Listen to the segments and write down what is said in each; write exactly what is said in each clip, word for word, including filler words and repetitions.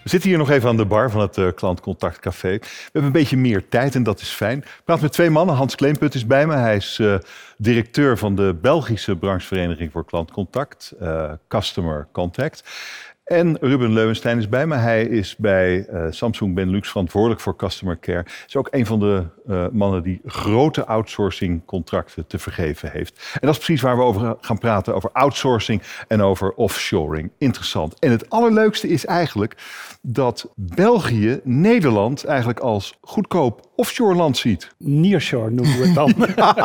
We zitten hier nog even aan de bar van het uh, Klantcontact Café. We hebben een beetje meer tijd en dat is fijn. Ik praat met twee mannen. Hans Kleemput is bij me. Hij is uh, directeur van de Belgische branchevereniging voor klantcontact, uh, Customer Contact. En Ruben Leuwenstein is bij me. Hij is bij uh, Samsung Benelux verantwoordelijk voor Customer Care. Hij is ook een van de uh, mannen die grote outsourcingcontracten te vergeven heeft. En dat is precies waar we over gaan praten, over outsourcing en over offshoring. Interessant. En het allerleukste is eigenlijk dat België Nederland eigenlijk als goedkoop offshore land ziet. Nearshore noemen we het dan.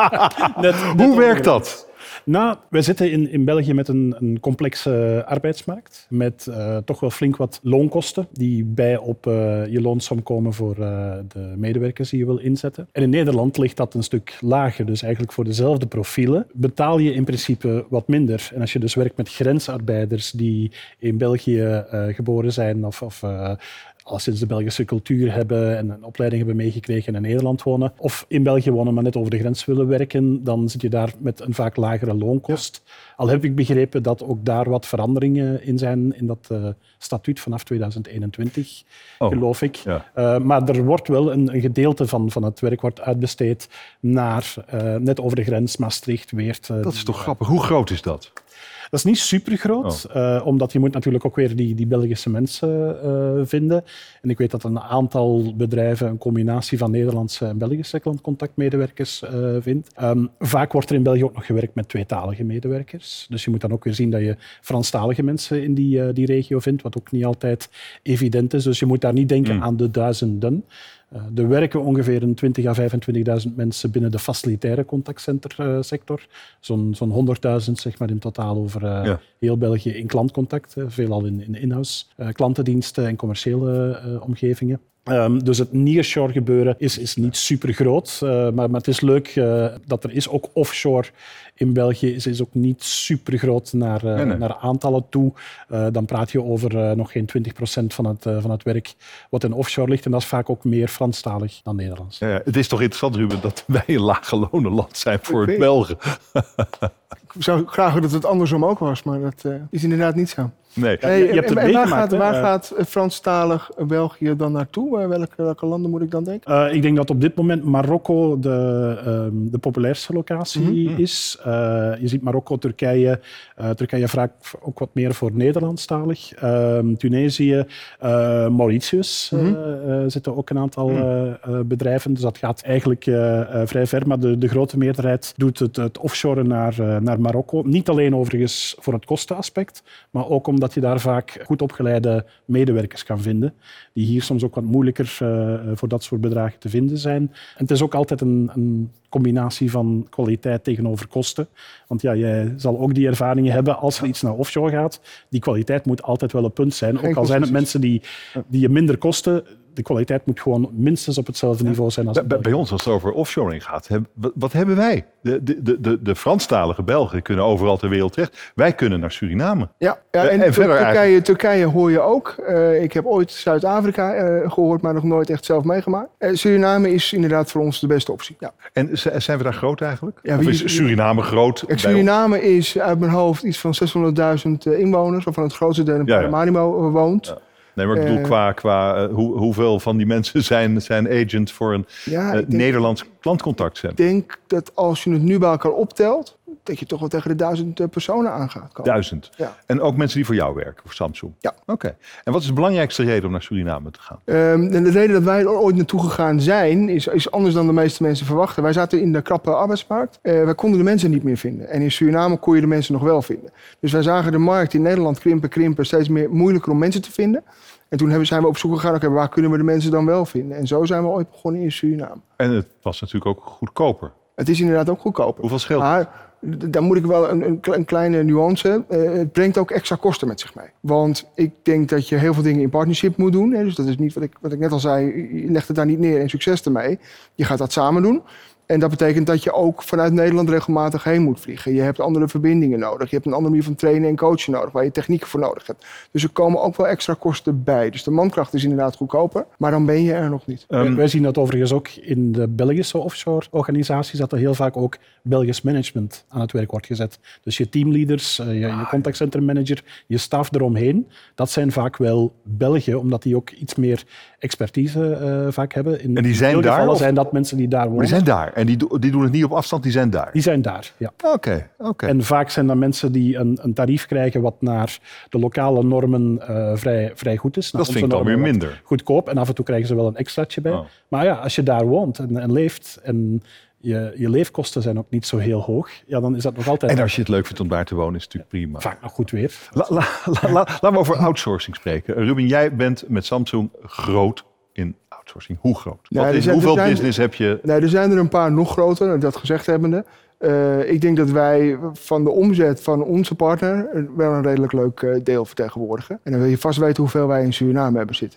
net, net Hoe werkt dat? Nou, wij zitten in, in België met een, een complexe arbeidsmarkt. Met uh, toch wel flink wat loonkosten die bij op uh, je loonsom komen voor uh, de medewerkers die je wil inzetten. En in Nederland ligt dat een stuk lager. Dus eigenlijk voor dezelfde profielen betaal je in principe wat minder. En als je dus werkt met grensarbeiders die in België uh, geboren zijn of... of uh, al sinds de Belgische cultuur hebben en een opleiding hebben meegekregen en in Nederland wonen, of in België wonen, maar net over de grens willen werken, dan zit je daar met een vaak lagere loonkost. Ja. Al heb ik begrepen dat ook daar wat veranderingen in zijn in dat uh, statuut vanaf tweeduizend eenentwintig, oh, geloof ik. Ja. Uh, maar er wordt wel een, een gedeelte van, van het werk wordt uitbesteed naar uh, net over de grens Maastricht, Weert. Uh, dat is toch grappig. Hoe groot is dat? Dat is niet super groot, oh. uh, omdat je moet natuurlijk ook weer die, die Belgische mensen uh, vinden. En ik weet dat een aantal bedrijven een combinatie van Nederlandse en Belgische klantcontactmedewerkers uh, vindt. Um, vaak wordt er in België ook nog gewerkt met tweetalige medewerkers. Dus je moet dan ook weer zien dat je Franstalige mensen in die, uh, die regio vindt, wat ook niet altijd evident is. Dus je moet daar niet denken mm. aan de duizenden. Uh, er werken ongeveer twintigduizend à vijfentwintigduizend mensen binnen de facilitaire contactcentersector. Uh, zo'n, zo'n honderdduizend zeg maar, in totaal over uh, ja. heel België in klantcontact. Uh, veelal in, in in-house uh, klantendiensten en commerciële uh, omgevingen. Um, dus het nearshore gebeuren is, is niet super groot, uh, maar, maar het is leuk uh, dat er is. Ook offshore in België is, is ook niet super groot naar, uh, nee, nee. naar aantallen toe. Uh, dan praat je over uh, nog geen twintig procent van het, uh, van het werk wat in offshore ligt. En dat is vaak ook meer Franstalig dan Nederlands. Ja, ja. Het is toch interessant, Ruben, dat wij een lage lonenland zijn voor het Belgen. Ik zou graag dat het andersom ook was, maar dat uh, is inderdaad niet zo. Nee. Ja, je, je hebt het en, en waar, meegemaakt, gaat, waar uh, gaat Franstalig België dan naartoe? Welke, welke landen moet ik dan denken? Uh, ik denk dat op dit moment Marokko de, uh, de populairste locatie mm-hmm. is. Uh, je ziet Marokko, Turkije. Uh, Turkije vaak ook wat meer voor Nederlandstalig. Uh, Tunesië, uh, Mauritius mm-hmm. uh, uh, zitten ook een aantal mm-hmm. uh, bedrijven. Dus dat gaat eigenlijk uh, uh, vrij ver. Maar de, de grote meerderheid doet het, het offshoren naar, uh, naar Marokko. Niet alleen overigens voor het kostenaspect, maar ook om omdat je daar vaak goed opgeleide medewerkers kan vinden, die hier soms ook wat moeilijker uh, voor dat soort bedragen te vinden zijn. En het is ook altijd een, een combinatie van kwaliteit tegenover kosten. Want ja, jij zal ook die ervaringen hebben als er iets naar offshore gaat. Die kwaliteit moet altijd wel een punt zijn. Ook al zijn het mensen die, die je minder kosten, de kwaliteit moet gewoon minstens op hetzelfde niveau zijn als bij, bij ons, als het over offshoring gaat, heb, wat, wat hebben wij? De, de, de, de Franstalige Belgen kunnen overal ter wereld terecht. Wij kunnen naar Suriname. Ja, ja en, en verder Turkije, eigenlijk... Turkije hoor je ook. Uh, ik heb ooit Zuid-Afrika uh, gehoord, maar nog nooit echt zelf meegemaakt. Uh, Suriname is inderdaad voor ons de beste optie. Ja. En zijn we daar groot eigenlijk? Ja, of is Suriname groot? Kijk, Suriname is uit mijn hoofd iets van zeshonderdduizend inwoners, waarvan het grootste deel in Paramaribo ja, ja. woont. Ja. Nee, maar ik bedoel, qua, qua uh, hoe, hoeveel van die mensen zijn, zijn agent voor een ja, uh, Nederlands klantcontactcentrum? Ik denk dat als je het nu bij elkaar optelt, dat je toch wel tegen de duizend uh, personen aan gaat komen. Duizend? Ja. En ook mensen die voor jou werken, voor Samsung? Ja. Oké. Okay. En wat is de belangrijkste reden om naar Suriname te gaan? Um, en de reden dat wij er ooit naartoe gegaan zijn, is, is anders dan de meeste mensen verwachten. Wij zaten in de krappe arbeidsmarkt. Uh, wij konden de mensen niet meer vinden. En in Suriname kon je de mensen nog wel vinden. Dus wij zagen de markt in Nederland krimpen, krimpen, steeds meer moeilijker om mensen te vinden. En toen hebben, zijn we op zoek gegaan, okay, waar kunnen we de mensen dan wel vinden? En zo zijn we ooit begonnen in Suriname. En het was natuurlijk ook goedkoper. Het is inderdaad ook goedkoper. Hoeveel scheelt maar, dan moet ik wel een, een, een kleine nuance. Uh, het brengt ook extra kosten met zich mee. Want ik denk dat je heel veel dingen in partnership moet doen. Hè. Dus dat is niet wat ik, wat ik net al zei, je legt het daar niet neer en succes ermee. Je gaat dat samen doen. En dat betekent dat je ook vanuit Nederland regelmatig heen moet vliegen. Je hebt andere verbindingen nodig. Je hebt een andere manier van trainen en coachen nodig, waar je technieken voor nodig hebt. Dus er komen ook wel extra kosten bij. Dus de mankracht is inderdaad goedkoper, maar dan ben je er nog niet. Um, Wij zien dat overigens ook in de Belgische offshore organisaties, dat er heel vaak ook Belgisch management aan het werk wordt gezet. Dus je teamleaders, je, je contactcenter manager, je staf eromheen, dat zijn vaak wel Belgen, omdat die ook iets meer expertise uh, vaak hebben. In en die zijn veel daar? gevallen Of? zijn dat mensen die daar wonen. Maar die zijn daar en die, die doen het niet op afstand, die zijn daar? Die zijn daar, ja. Oké, okay, oké. Okay. En vaak zijn dat mensen die een, een tarief krijgen wat naar de lokale normen uh, vrij, vrij goed is. Dat vind ik dan weer minder. Goedkoop en af en toe krijgen ze wel een extraatje bij. Oh. Maar ja, als je daar woont en, en leeft en je, je leefkosten zijn ook niet zo heel hoog, ja, dan is dat nog altijd... En als je het leuk vindt om daar te wonen, is het natuurlijk prima. Vaak nog goed weer. La, la, la, la, laten we over outsourcing spreken. Ruben, jij bent met Samsung groot in outsourcing. Hoe groot? Ja, Wat is, zijn, hoeveel zijn, business heb je? Nee, er zijn er een paar nog groter, dat gezegd hebbende. Uh, ik denk dat wij van de omzet van onze partner wel een redelijk leuk uh, deel vertegenwoordigen. En dan wil je vast weten hoeveel wij in Suriname hebben zitten.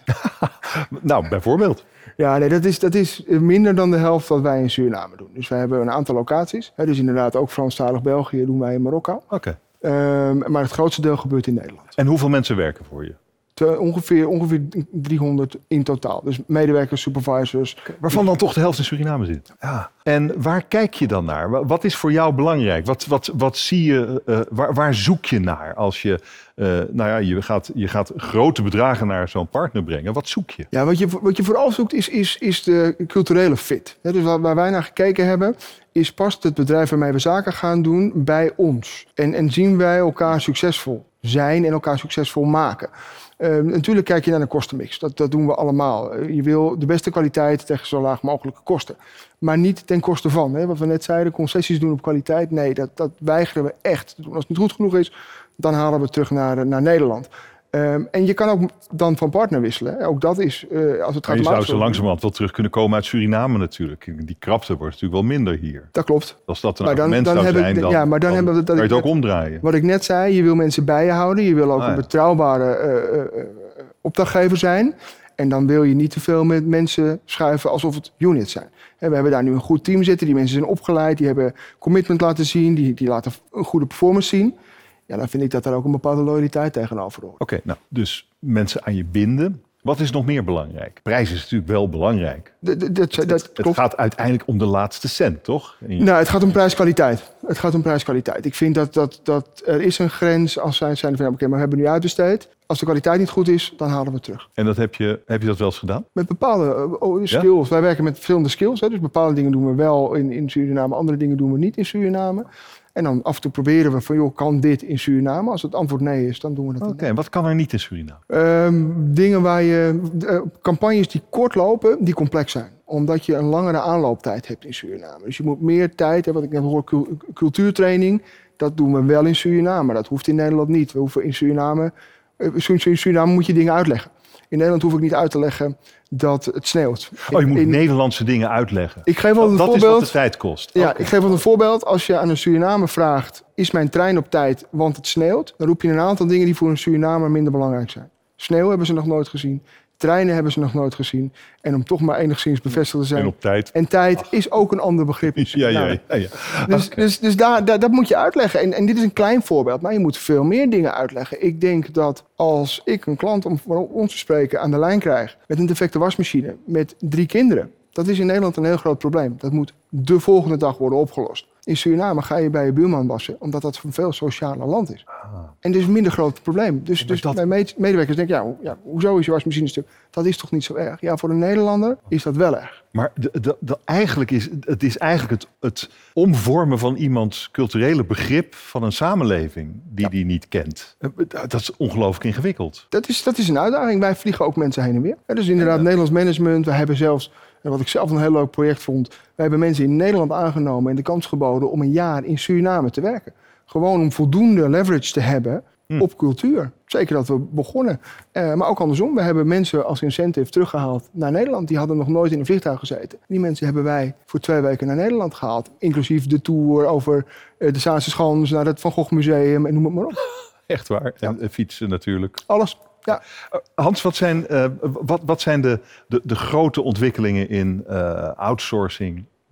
Nou, bijvoorbeeld. Ja, nee, dat is, dat is minder dan de helft wat wij in Suriname doen. Dus wij hebben een aantal locaties. Hè, dus inderdaad ook Franstalig België doen wij in Marokko. Oké. Okay. Um, maar het grootste deel gebeurt in Nederland. En hoeveel mensen werken voor je? Te, ongeveer, ongeveer driehonderd in totaal. Dus medewerkers, supervisors. Okay. Waarvan dan toch de helft in Suriname zit. Ja. En waar kijk je dan naar? Wat is voor jou belangrijk? Wat, wat, wat zie je, uh, waar, waar zoek je naar als je, uh, nou ja, je gaat, je gaat grote bedragen naar zo'n partner brengen? Wat zoek je? Ja, wat je, wat je vooral zoekt is, is, is de culturele fit. He, dus waar wij naar gekeken hebben, is past het bedrijf waarmee we zaken gaan doen bij ons? En, en zien wij elkaar succesvol zijn en elkaar succesvol maken? Uh, natuurlijk kijk je naar de kostenmix. Dat, dat doen we allemaal. Uh, je wil de beste kwaliteit tegen zo laag mogelijke kosten. Maar niet ten koste van. Hè? Wat we net zeiden, concessies doen op kwaliteit. Nee, dat, dat weigeren we echt te doen. Als het niet goed genoeg is, dan halen we het terug naar, naar Nederland. Um, en je kan ook dan van partner wisselen. Hè? Ook dat is, uh, als het gaat maar je om zou zo langzamerhand wel terug kunnen komen uit Suriname natuurlijk. Die krapte wordt natuurlijk wel minder hier. Dat klopt. Als dat een maar dan, argument dan zou hebben, zijn, dan, ja, maar dan, dan hebben we, dat kan je het net, ook omdraaien. Wat ik net zei, je wil mensen bij je houden. Je wil ook ah, een ja. betrouwbare uh, uh, opdrachtgever zijn. En dan wil je niet te veel met mensen schuiven alsof het units zijn. En we hebben daar nu een goed team zitten. Die mensen zijn opgeleid. Die hebben commitment laten zien. Die, die laten een goede performance zien. Ja, dan vind ik dat daar ook een bepaalde loyaliteit tegenover hoort. Oké, okay, nou, dus mensen aan je binden. Wat is nog meer belangrijk? Prijs is natuurlijk wel belangrijk. De, de, de, het, dat, het, het gaat uiteindelijk om de laatste cent, toch? Je... Nou, het gaat om prijskwaliteit. Het gaat om prijskwaliteit. Ik vind dat, dat, dat er is een grens als zij zijn van... oké, okay, maar we hebben nu uitbesteed. Als de kwaliteit niet goed is, dan halen we het terug. En dat heb je, heb je dat wel eens gedaan? Met bepaalde uh, skills. Ja? Wij werken met verschillende skills. Hè, dus bepaalde dingen doen we wel in, in Suriname. Andere dingen doen we niet in Suriname. En dan af en toe proberen we van, joh, kan dit in Suriname? Als het antwoord nee is, dan doen we dat. Oké, okay, en wat kan er niet in Suriname? Um, dingen waar je... Uh, campagnes die kort lopen, die complex zijn. Omdat je een langere aanlooptijd hebt in Suriname. Dus je moet meer tijd hebben. Wat ik net hoor, cultuurtraining. Dat doen we wel in Suriname. Maar dat hoeft in Nederland niet. We hoeven in Suriname... Uh, in Suriname moet je dingen uitleggen. In Nederland hoef ik niet uit te leggen dat het sneeuwt. Oh, je moet in, Nederlandse dingen uitleggen. Ik geef wel een dat voorbeeld. is wat de tijd kost. Ja, okay. Ik geef wel een voorbeeld. Als je aan een Surinamer vraagt, is mijn trein op tijd, want het sneeuwt? Dan roep je een aantal dingen die voor een Surinamer minder belangrijk zijn. Sneeuw hebben ze nog nooit gezien. Treinen hebben ze nog nooit gezien. En om toch maar enigszins bevestigd te zijn. En op tijd. En tijd Ach. is ook een ander begrip. Ja, ja, ja. ja, ja. Dus, okay. dus, dus daar, daar, dat moet je uitleggen. En, en dit is een klein voorbeeld, maar je moet veel meer dingen uitleggen. Ik denk dat als ik een klant, om voor ons te spreken, aan de lijn krijg... met een defecte wasmachine, met drie kinderen... dat is in Nederland een heel groot probleem. Dat moet de volgende dag worden opgelost. In Suriname ga je bij je buurman wassen, omdat dat een veel socialer land is. Ah. En dit is een minder groot probleem. Dus, ja, dus dat... mijn medewerkers denken, ja, ja, hoezo is je wasmachine stuk? Dat is toch niet zo erg? Ja, voor een Nederlander is dat wel erg. Maar de, de, de, eigenlijk is, het is eigenlijk het, het omvormen van iemands culturele begrip van een samenleving die die ja. niet kent. Dat is ongelooflijk ingewikkeld. Dat is, dat is een uitdaging. Wij vliegen ook mensen heen en weer. Ja, dus inderdaad, ja. Nederlands management. We hebben zelfs... En wat ik zelf een heel leuk project vond. We hebben mensen in Nederland aangenomen en de kans geboden om een jaar in Suriname te werken. Gewoon om voldoende leverage te hebben hm. op cultuur. Zeker dat we begonnen. Uh, maar ook andersom. We hebben mensen als incentive teruggehaald naar Nederland. Die hadden nog nooit in een vliegtuig gezeten. Die mensen hebben wij voor twee weken naar Nederland gehaald. Inclusief de tour over uh, de Zaanse Schans naar het Van Gogh Museum en noem het maar op. Echt waar. En ja. fietsen natuurlijk. Alles. Ja. Hans, wat zijn, uh, wat, wat zijn de, de, de grote ontwikkelingen in uh, outsourcing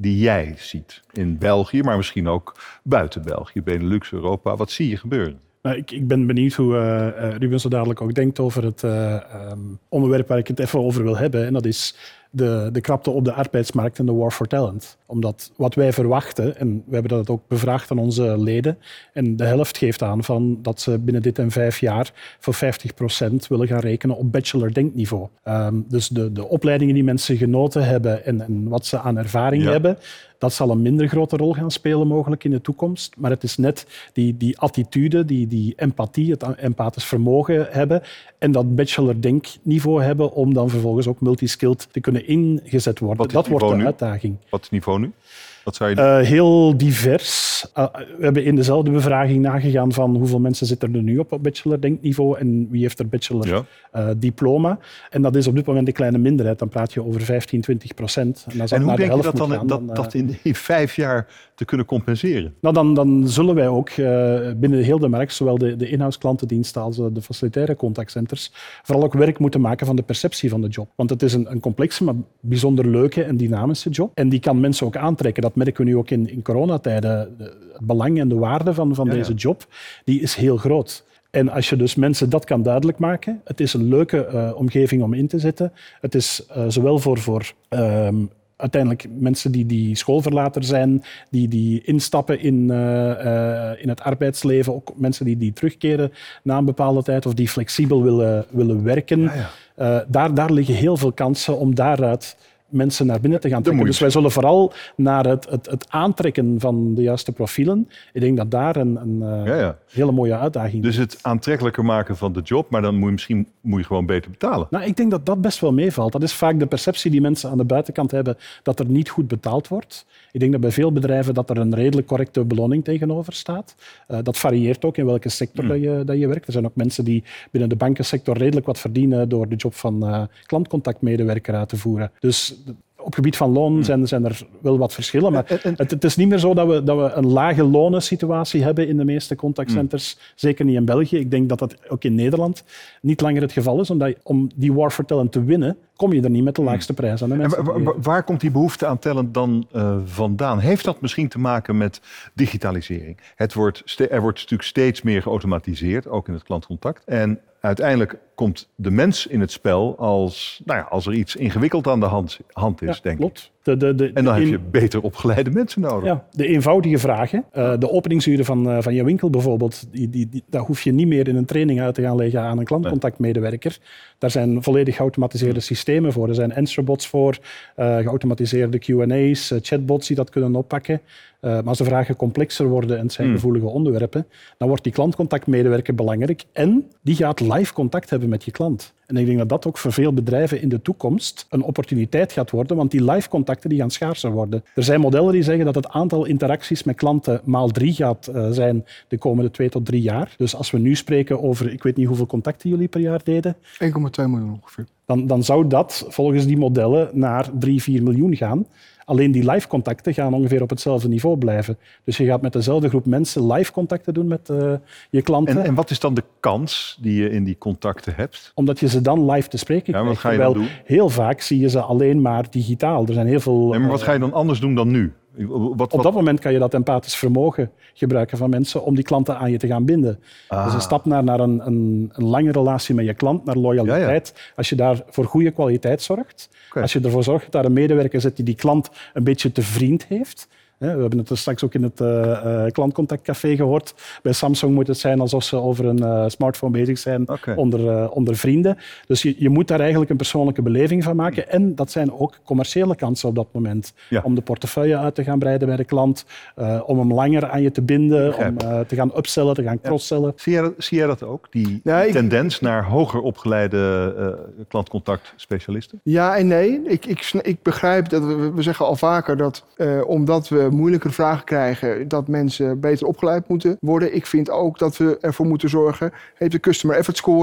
die jij ziet in België, maar misschien ook buiten België, Benelux, Europa? Wat zie je gebeuren? Nou, ik, ik ben benieuwd hoe uh, Ruben zo dadelijk ook denkt over het uh, um, onderwerp waar ik het even over wil hebben. En dat is de, de krapte op de arbeidsmarkt en de war for talent. Omdat wat wij verwachten, en we hebben dat ook bevraagd aan onze leden, en de helft geeft aan van dat ze binnen dit en vijf jaar voor vijftig procent willen gaan rekenen op bachelor-denkniveau. Um, dus de, de opleidingen die mensen genoten hebben en, en wat ze aan ervaring ja. hebben, dat zal een minder grote rol gaan spelen mogelijk in de toekomst. Maar het is net die, die attitude, die, die empathie, het empathisch vermogen hebben en dat bachelor-denkniveau hebben om dan vervolgens ook multiskilled te kunnen ingezet worden. Dat wordt de nu? uitdaging. Wat is het niveau nu? Wat zou je uh, heel divers. Uh, we hebben in dezelfde bevraging nagegaan van hoeveel mensen zitten er nu op, op bachelor-denkniveau en wie heeft er bachelor-diploma. Ja. Uh, en dat is op dit moment een kleine minderheid. Dan praat je over vijftien, twintig procent. En, en hoe denk je dat, dan, gaan, dat, dan, dat in, in vijf jaar te kunnen compenseren? Nou, dan, dan zullen wij ook uh, binnen heel de markt, zowel de, de in-house klantendiensten als de facilitaire contactcenters, vooral ook werk moeten maken van de perceptie van de job. Want het is een, een complexe, maar bijzonder leuke en dynamische job. En die kan mensen ook aantrekken. Dat merken we nu ook in, in coronatijden. Het belang en de waarde van, van ja, deze ja. job, die is heel groot. En als je dus mensen dat kan duidelijk maken, het is een leuke uh, omgeving om in te zitten. Het is uh, zowel voor, voor uh, uiteindelijk mensen die, die schoolverlater zijn, die, die instappen in, uh, uh, in het arbeidsleven, ook mensen die, die terugkeren na een bepaalde tijd of die flexibel willen, willen werken. Ja, ja. Uh, daar, daar liggen heel veel kansen om daaruit mensen naar binnen te gaan trekken. Dus wij zullen vooral naar het, het, het aantrekken van de juiste profielen. Ik denk dat daar een, een ja, ja. hele mooie uitdaging is. Dus het aantrekkelijker maken van de job, maar dan moet je misschien moet je gewoon beter betalen. Nou, ik denk dat dat best wel meevalt. Dat is vaak de perceptie die mensen aan de buitenkant hebben, dat er niet goed betaald wordt. Ik denk dat bij veel bedrijven dat er een redelijk correcte beloning tegenover staat. Uh, dat varieert ook in welke sector hmm. dat, je, dat je werkt. Er zijn ook mensen die binnen de bankensector redelijk wat verdienen door de job van uh, klantcontactmedewerker uit te voeren. Dus op gebied van loon zijn, zijn er wel wat verschillen, maar het, het is niet meer zo dat we, dat we een lage lonensituatie hebben in de meeste contactcenters. Mm. Zeker niet in België. Ik denk dat dat ook in Nederland niet langer het geval is, omdat om die war for talent te winnen, kom je er niet met de laagste prijs aan de mensen. En waar, waar komt die behoefte aan talent dan uh, vandaan? Heeft dat misschien te maken met digitalisering? Het wordt, er wordt natuurlijk steeds meer geautomatiseerd, ook in het klantcontact. En uiteindelijk komt de mens in het spel als, nou ja, als er iets ingewikkeld aan de hand, hand is, ja, denk klopt. ik. De, de, de, en dan in... heb je beter opgeleide mensen nodig. Ja, de eenvoudige vragen. Uh, de openingsuren van, uh, van je winkel bijvoorbeeld, die, die, die, daar hoef je niet meer in een training uit te gaan leggen aan een klantcontactmedewerker. Daar zijn volledig geautomatiseerde hmm. systemen voor. Er zijn answerbots voor, uh, geautomatiseerde Q en A's, uh, chatbots die dat kunnen oppakken. Uh, maar als de vragen complexer worden en het zijn hmm. gevoelige onderwerpen, dan wordt die klantcontactmedewerker belangrijk en die gaat live contact hebben met je klant. En ik denk dat dat ook voor veel bedrijven in de toekomst een opportuniteit gaat worden, want die live contacten die gaan schaarser worden. Er zijn modellen die zeggen dat het aantal interacties met klanten maal drie gaat uh, zijn de komende twee tot drie jaar. Dus als we nu spreken over, ik weet niet hoeveel contacten jullie per jaar deden. één komma twee miljoen ongeveer. Dan, dan zou dat volgens die modellen naar drie, vier miljoen gaan. Alleen die live contacten gaan ongeveer op hetzelfde niveau blijven. Dus je gaat met dezelfde groep mensen live contacten doen met uh, je klanten. En, en wat is dan de kans die je in die contacten hebt? Omdat je ze dan live te spreken krijgt. Ja, wat ga je dan doen? Heel vaak zie je ze alleen maar digitaal. Er zijn heel veel. Nee, maar wat ga je dan anders doen dan nu? Wat, wat... Op dat moment kan je dat empathisch vermogen gebruiken van mensen om die klanten aan je te gaan binden. Ah. Dus een stap naar, naar een, een, een lange relatie met je klant, naar loyaliteit. Ja, ja. Als je daar voor goede kwaliteit zorgt, okay. als je ervoor zorgt dat daar een medewerker zit die die klant een beetje te vriend heeft. We hebben het straks ook in het uh, uh, klantcontactcafé gehoord. Bij Samsung moet het zijn alsof ze over een uh, smartphone bezig zijn okay. onder, uh, onder vrienden. Dus je, je moet daar eigenlijk een persoonlijke beleving van maken. En dat zijn ook commerciële kansen op dat moment. Ja. Om de portefeuille uit te gaan breiden bij de klant. Uh, om hem langer aan je te binden. Om uh, te gaan upsellen, te gaan cross-sellen. Ja. Zie, jij dat, zie jij dat ook? Die ja, ik... tendens naar hoger opgeleide uh, klantcontactspecialisten? Ja en nee. Ik, ik, ik begrijp dat we, we zeggen al vaker dat uh, omdat we moeilijkere vragen krijgen, dat mensen beter opgeleid moeten worden. Ik vind ook dat we ervoor moeten zorgen, heeft de customer effort score.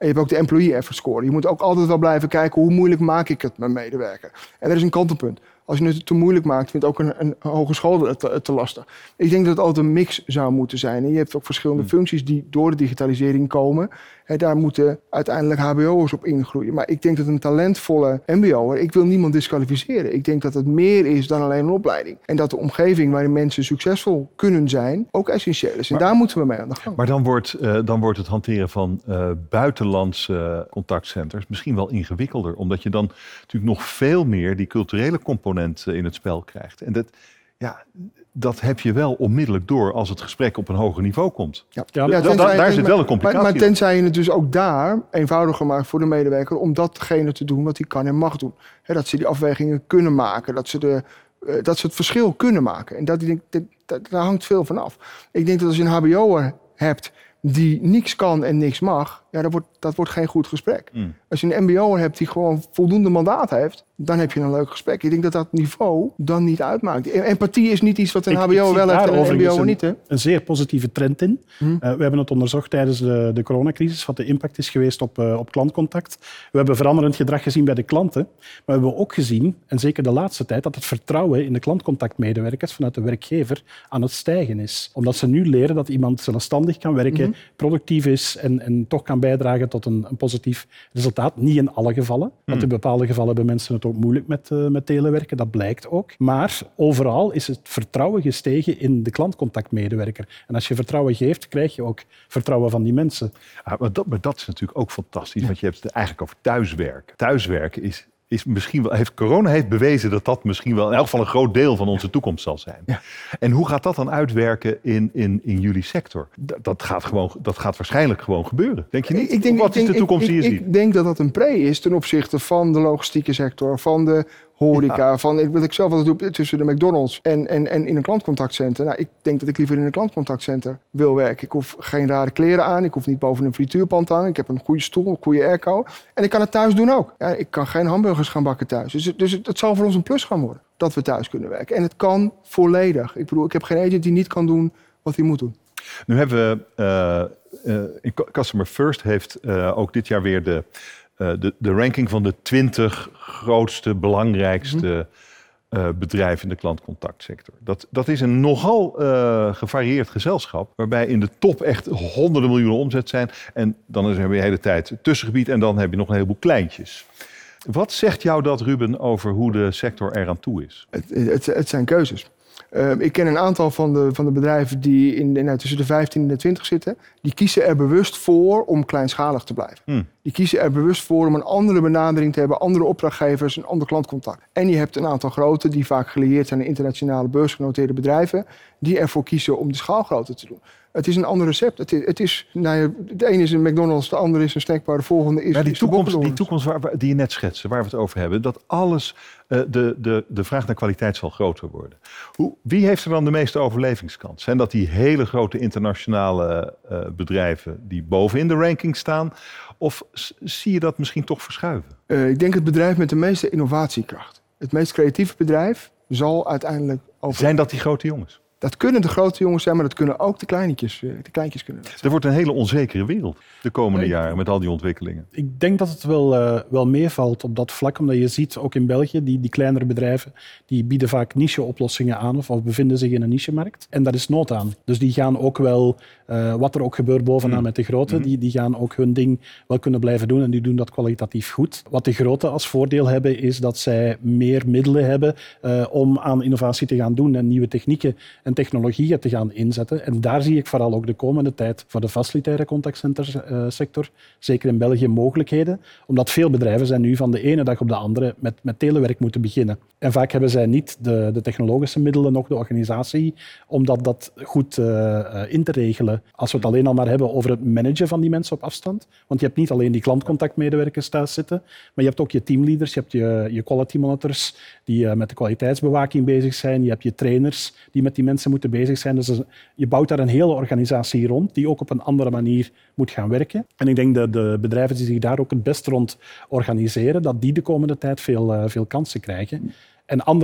je hebt ook de employee effort score. Je moet ook altijd wel blijven kijken hoe moeilijk maak ik het met medewerker. En er is een kantelpunt. Als je het te moeilijk maakt, vindt ook een, een hogeschool het te, te lastig. Ik denk dat het altijd een mix zou moeten zijn. En je hebt ook verschillende hmm. functies die door de digitalisering komen. En daar moeten uiteindelijk H B O'ers op ingroeien. Maar ik denk dat een talentvolle M B O'er, ik wil niemand disqualificeren. Ik denk dat het meer is dan alleen een opleiding. En dat de omgeving waarin mensen succesvol kunnen zijn ook essentieel is. En maar, daar moeten we mee aan de gang. Maar dan wordt, uh, dan wordt het hanteren van uh, buitenlandse contactcenters misschien wel ingewikkelder. Omdat je dan natuurlijk nog veel meer die culturele component in het spel krijgt. En dat, ja, dat heb je wel onmiddellijk door als het gesprek op een hoger niveau komt. Ja, ja, ja tenzij, daar, daar zit wel een complicatie. Maar, maar tenzij je het dus ook daar eenvoudiger maakt voor de medewerker om datgene te doen wat hij kan en mag doen. He, dat ze die afwegingen kunnen maken, dat ze, de, uh, dat ze het verschil kunnen maken. En dat, dat, dat, dat, daar hangt veel van af. Ik denk dat als je een H B O'er hebt die niks kan en niks mag, ja, dat wordt, dat wordt geen goed gesprek. Mm. Als je een M B O'er hebt die gewoon voldoende mandaat heeft, dan heb je een leuk gesprek. Ik denk dat dat niveau dan niet uitmaakt. Empathie is niet iets wat een ik, H B O'er wel heeft en een M B O'er niet. Hè? Een zeer positieve trend in. Mm. Uh, we hebben het onderzocht tijdens de, de coronacrisis, wat de impact is geweest op, uh, op klantcontact. We hebben veranderend gedrag gezien bij de klanten, maar we hebben ook gezien, en zeker de laatste tijd, dat het vertrouwen in de klantcontactmedewerkers vanuit de werkgever aan het stijgen is. Omdat ze nu leren dat iemand zelfstandig kan werken, mm-hmm. productief is en, en toch kan bijdragen tot een, een positief resultaat. Niet in alle gevallen, want in bepaalde gevallen hebben mensen het ook moeilijk met, uh, met telewerken, dat blijkt ook. Maar overal is het vertrouwen gestegen in de klantcontactmedewerker. En als je vertrouwen geeft, krijg je ook vertrouwen van die mensen. Ja, maar, dat, maar dat is natuurlijk ook fantastisch, ja. Want je hebt het eigenlijk over thuiswerken. Thuiswerken is... Is misschien wel, heeft, corona heeft bewezen dat dat misschien wel in elk geval een groot deel van onze toekomst zal zijn. Ja. En hoe gaat dat dan uitwerken in, in, in jullie sector? Dat, dat, gaat gewoon, dat gaat waarschijnlijk gewoon gebeuren. Denk je niet? Ik denk, wat ik is denk, de toekomst ik, die je ik, ziet? Ik denk dat dat een pre is ten opzichte van de logistieke sector, van de horeca, ja. van wat ik zelf altijd doe tussen de McDonald's en, en, en in een klantcontactcenter. Nou, ik denk dat ik liever in een klantcontactcenter wil werken. Ik hoef geen rare kleren aan, ik hoef niet boven een frituurpan te hangen. Ik heb een goede stoel, een goede airco. En ik kan het thuis doen ook. Ja, ik kan geen hamburgers gaan bakken thuis. Dus, dus het, het zal voor ons een plus gaan worden dat we thuis kunnen werken. En het kan volledig. Ik bedoel, ik heb geen agent die niet kan doen wat hij moet doen. Nu hebben we, uh, uh, in Customer First heeft uh, ook dit jaar weer de, uh, de, de ranking van de twintig grootste, belangrijkste mm-hmm. uh, bedrijven in de klantcontactsector. Dat, dat is een nogal uh, gevarieerd gezelschap, waarbij in de top echt honderden miljoenen omzet zijn. En dan heb je de hele tijd het tussengebied en dan heb je nog een heleboel kleintjes. Wat zegt jou dat, Ruben, over hoe de sector eraan toe is? Het, het, het zijn keuzes. Uh, ik ken een aantal van de, van de bedrijven die in, nou, tussen de vijftien en de twintig zitten. Die kiezen er bewust voor om kleinschalig te blijven. Hmm. Die kiezen er bewust voor om een andere benadering te hebben, andere opdrachtgevers, een ander klantcontact. En je hebt een aantal grote die vaak gelieerd zijn aan internationale beursgenoteerde bedrijven, die ervoor kiezen om de schaal groter te doen. Het is een ander recept. Het is, het is, nou, de ene is een McDonald's, de andere is een snackbar, de volgende is, ja, die is toekomst, de die toekomst waar, die je net schetste, waar we het over hebben, dat alles, uh, de, de, de vraag naar kwaliteit zal groter worden. Hoe, wie heeft er dan de meeste overlevingskans? Zijn dat die hele grote internationale uh, bedrijven die bovenin de ranking staan? Of zie je dat misschien toch verschuiven? Uh, ik denk het bedrijf met de meeste innovatiekracht. Het meest creatieve bedrijf zal uiteindelijk over... Zijn dat die grote jongens? Dat kunnen de grote jongens zijn, maar dat kunnen ook de kleintjes, de kleintjes kunnen. Er wordt een hele onzekere wereld de komende jaren met al die ontwikkelingen. Ik denk dat het wel, uh, wel meevalt op dat vlak, omdat je ziet, ook in België, die, die kleinere bedrijven, die bieden vaak niche-oplossingen aan of, of bevinden zich in een niche-markt. En daar is nood aan. Dus die gaan ook wel, uh, wat er ook gebeurt bovenaan mm. met de grote, mm. die, die gaan ook hun ding wel kunnen blijven doen en die doen dat kwalitatief goed. Wat de grote als voordeel hebben, is dat zij meer middelen hebben uh, om aan innovatie te gaan doen en nieuwe technieken en technologieën te gaan inzetten. En daar zie ik vooral ook de komende tijd voor de facilitaire contactcentersector, zeker in België, mogelijkheden. Omdat veel bedrijven zijn nu van de ene dag op de andere met, met telewerk moeten beginnen. En vaak hebben zij niet de, de technologische middelen, nog de organisatie, om dat, dat goed uh, in te regelen. Als we het alleen al maar hebben over het managen van die mensen op afstand. Want je hebt niet alleen die klantcontactmedewerkers thuis zitten, maar je hebt ook je teamleaders, je hebt je, je quality monitors die uh, met de kwaliteitsbewaking bezig zijn, je hebt je trainers die met die mensen moeten bezig zijn. Dus je bouwt daar een hele organisatie rond die ook op een andere manier moet gaan werken. En ik denk dat de bedrijven die zich daar ook het best rond organiseren, dat die de komende tijd veel, uh, veel kansen krijgen. En andere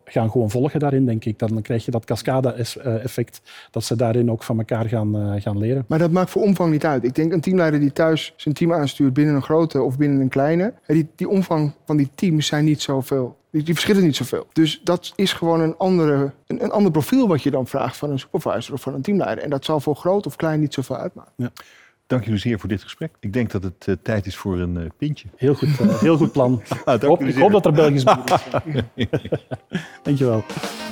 gaan gewoon volgen daarin, denk ik. Dan krijg je dat cascade-effect, dat ze daarin ook van elkaar gaan, uh, gaan leren. Maar dat maakt voor omvang niet uit. Ik denk een teamleider die thuis zijn team aanstuurt binnen een grote of binnen een kleine, die, die omvang van die teams zijn niet zoveel. Die, die verschillen niet zoveel. Dus dat is gewoon een, andere, een, een ander profiel wat je dan vraagt van een supervisor of van een teamleider. En dat zal voor groot of klein niet zoveel uitmaken. Ja. Dank jullie zeer voor dit gesprek. Ik denk dat het uh, tijd is voor een uh, pintje. Heel goed, uh, heel goed plan. Ah, ik, hoop, ik hoop dat er Belgisch bier is. Dank je wel.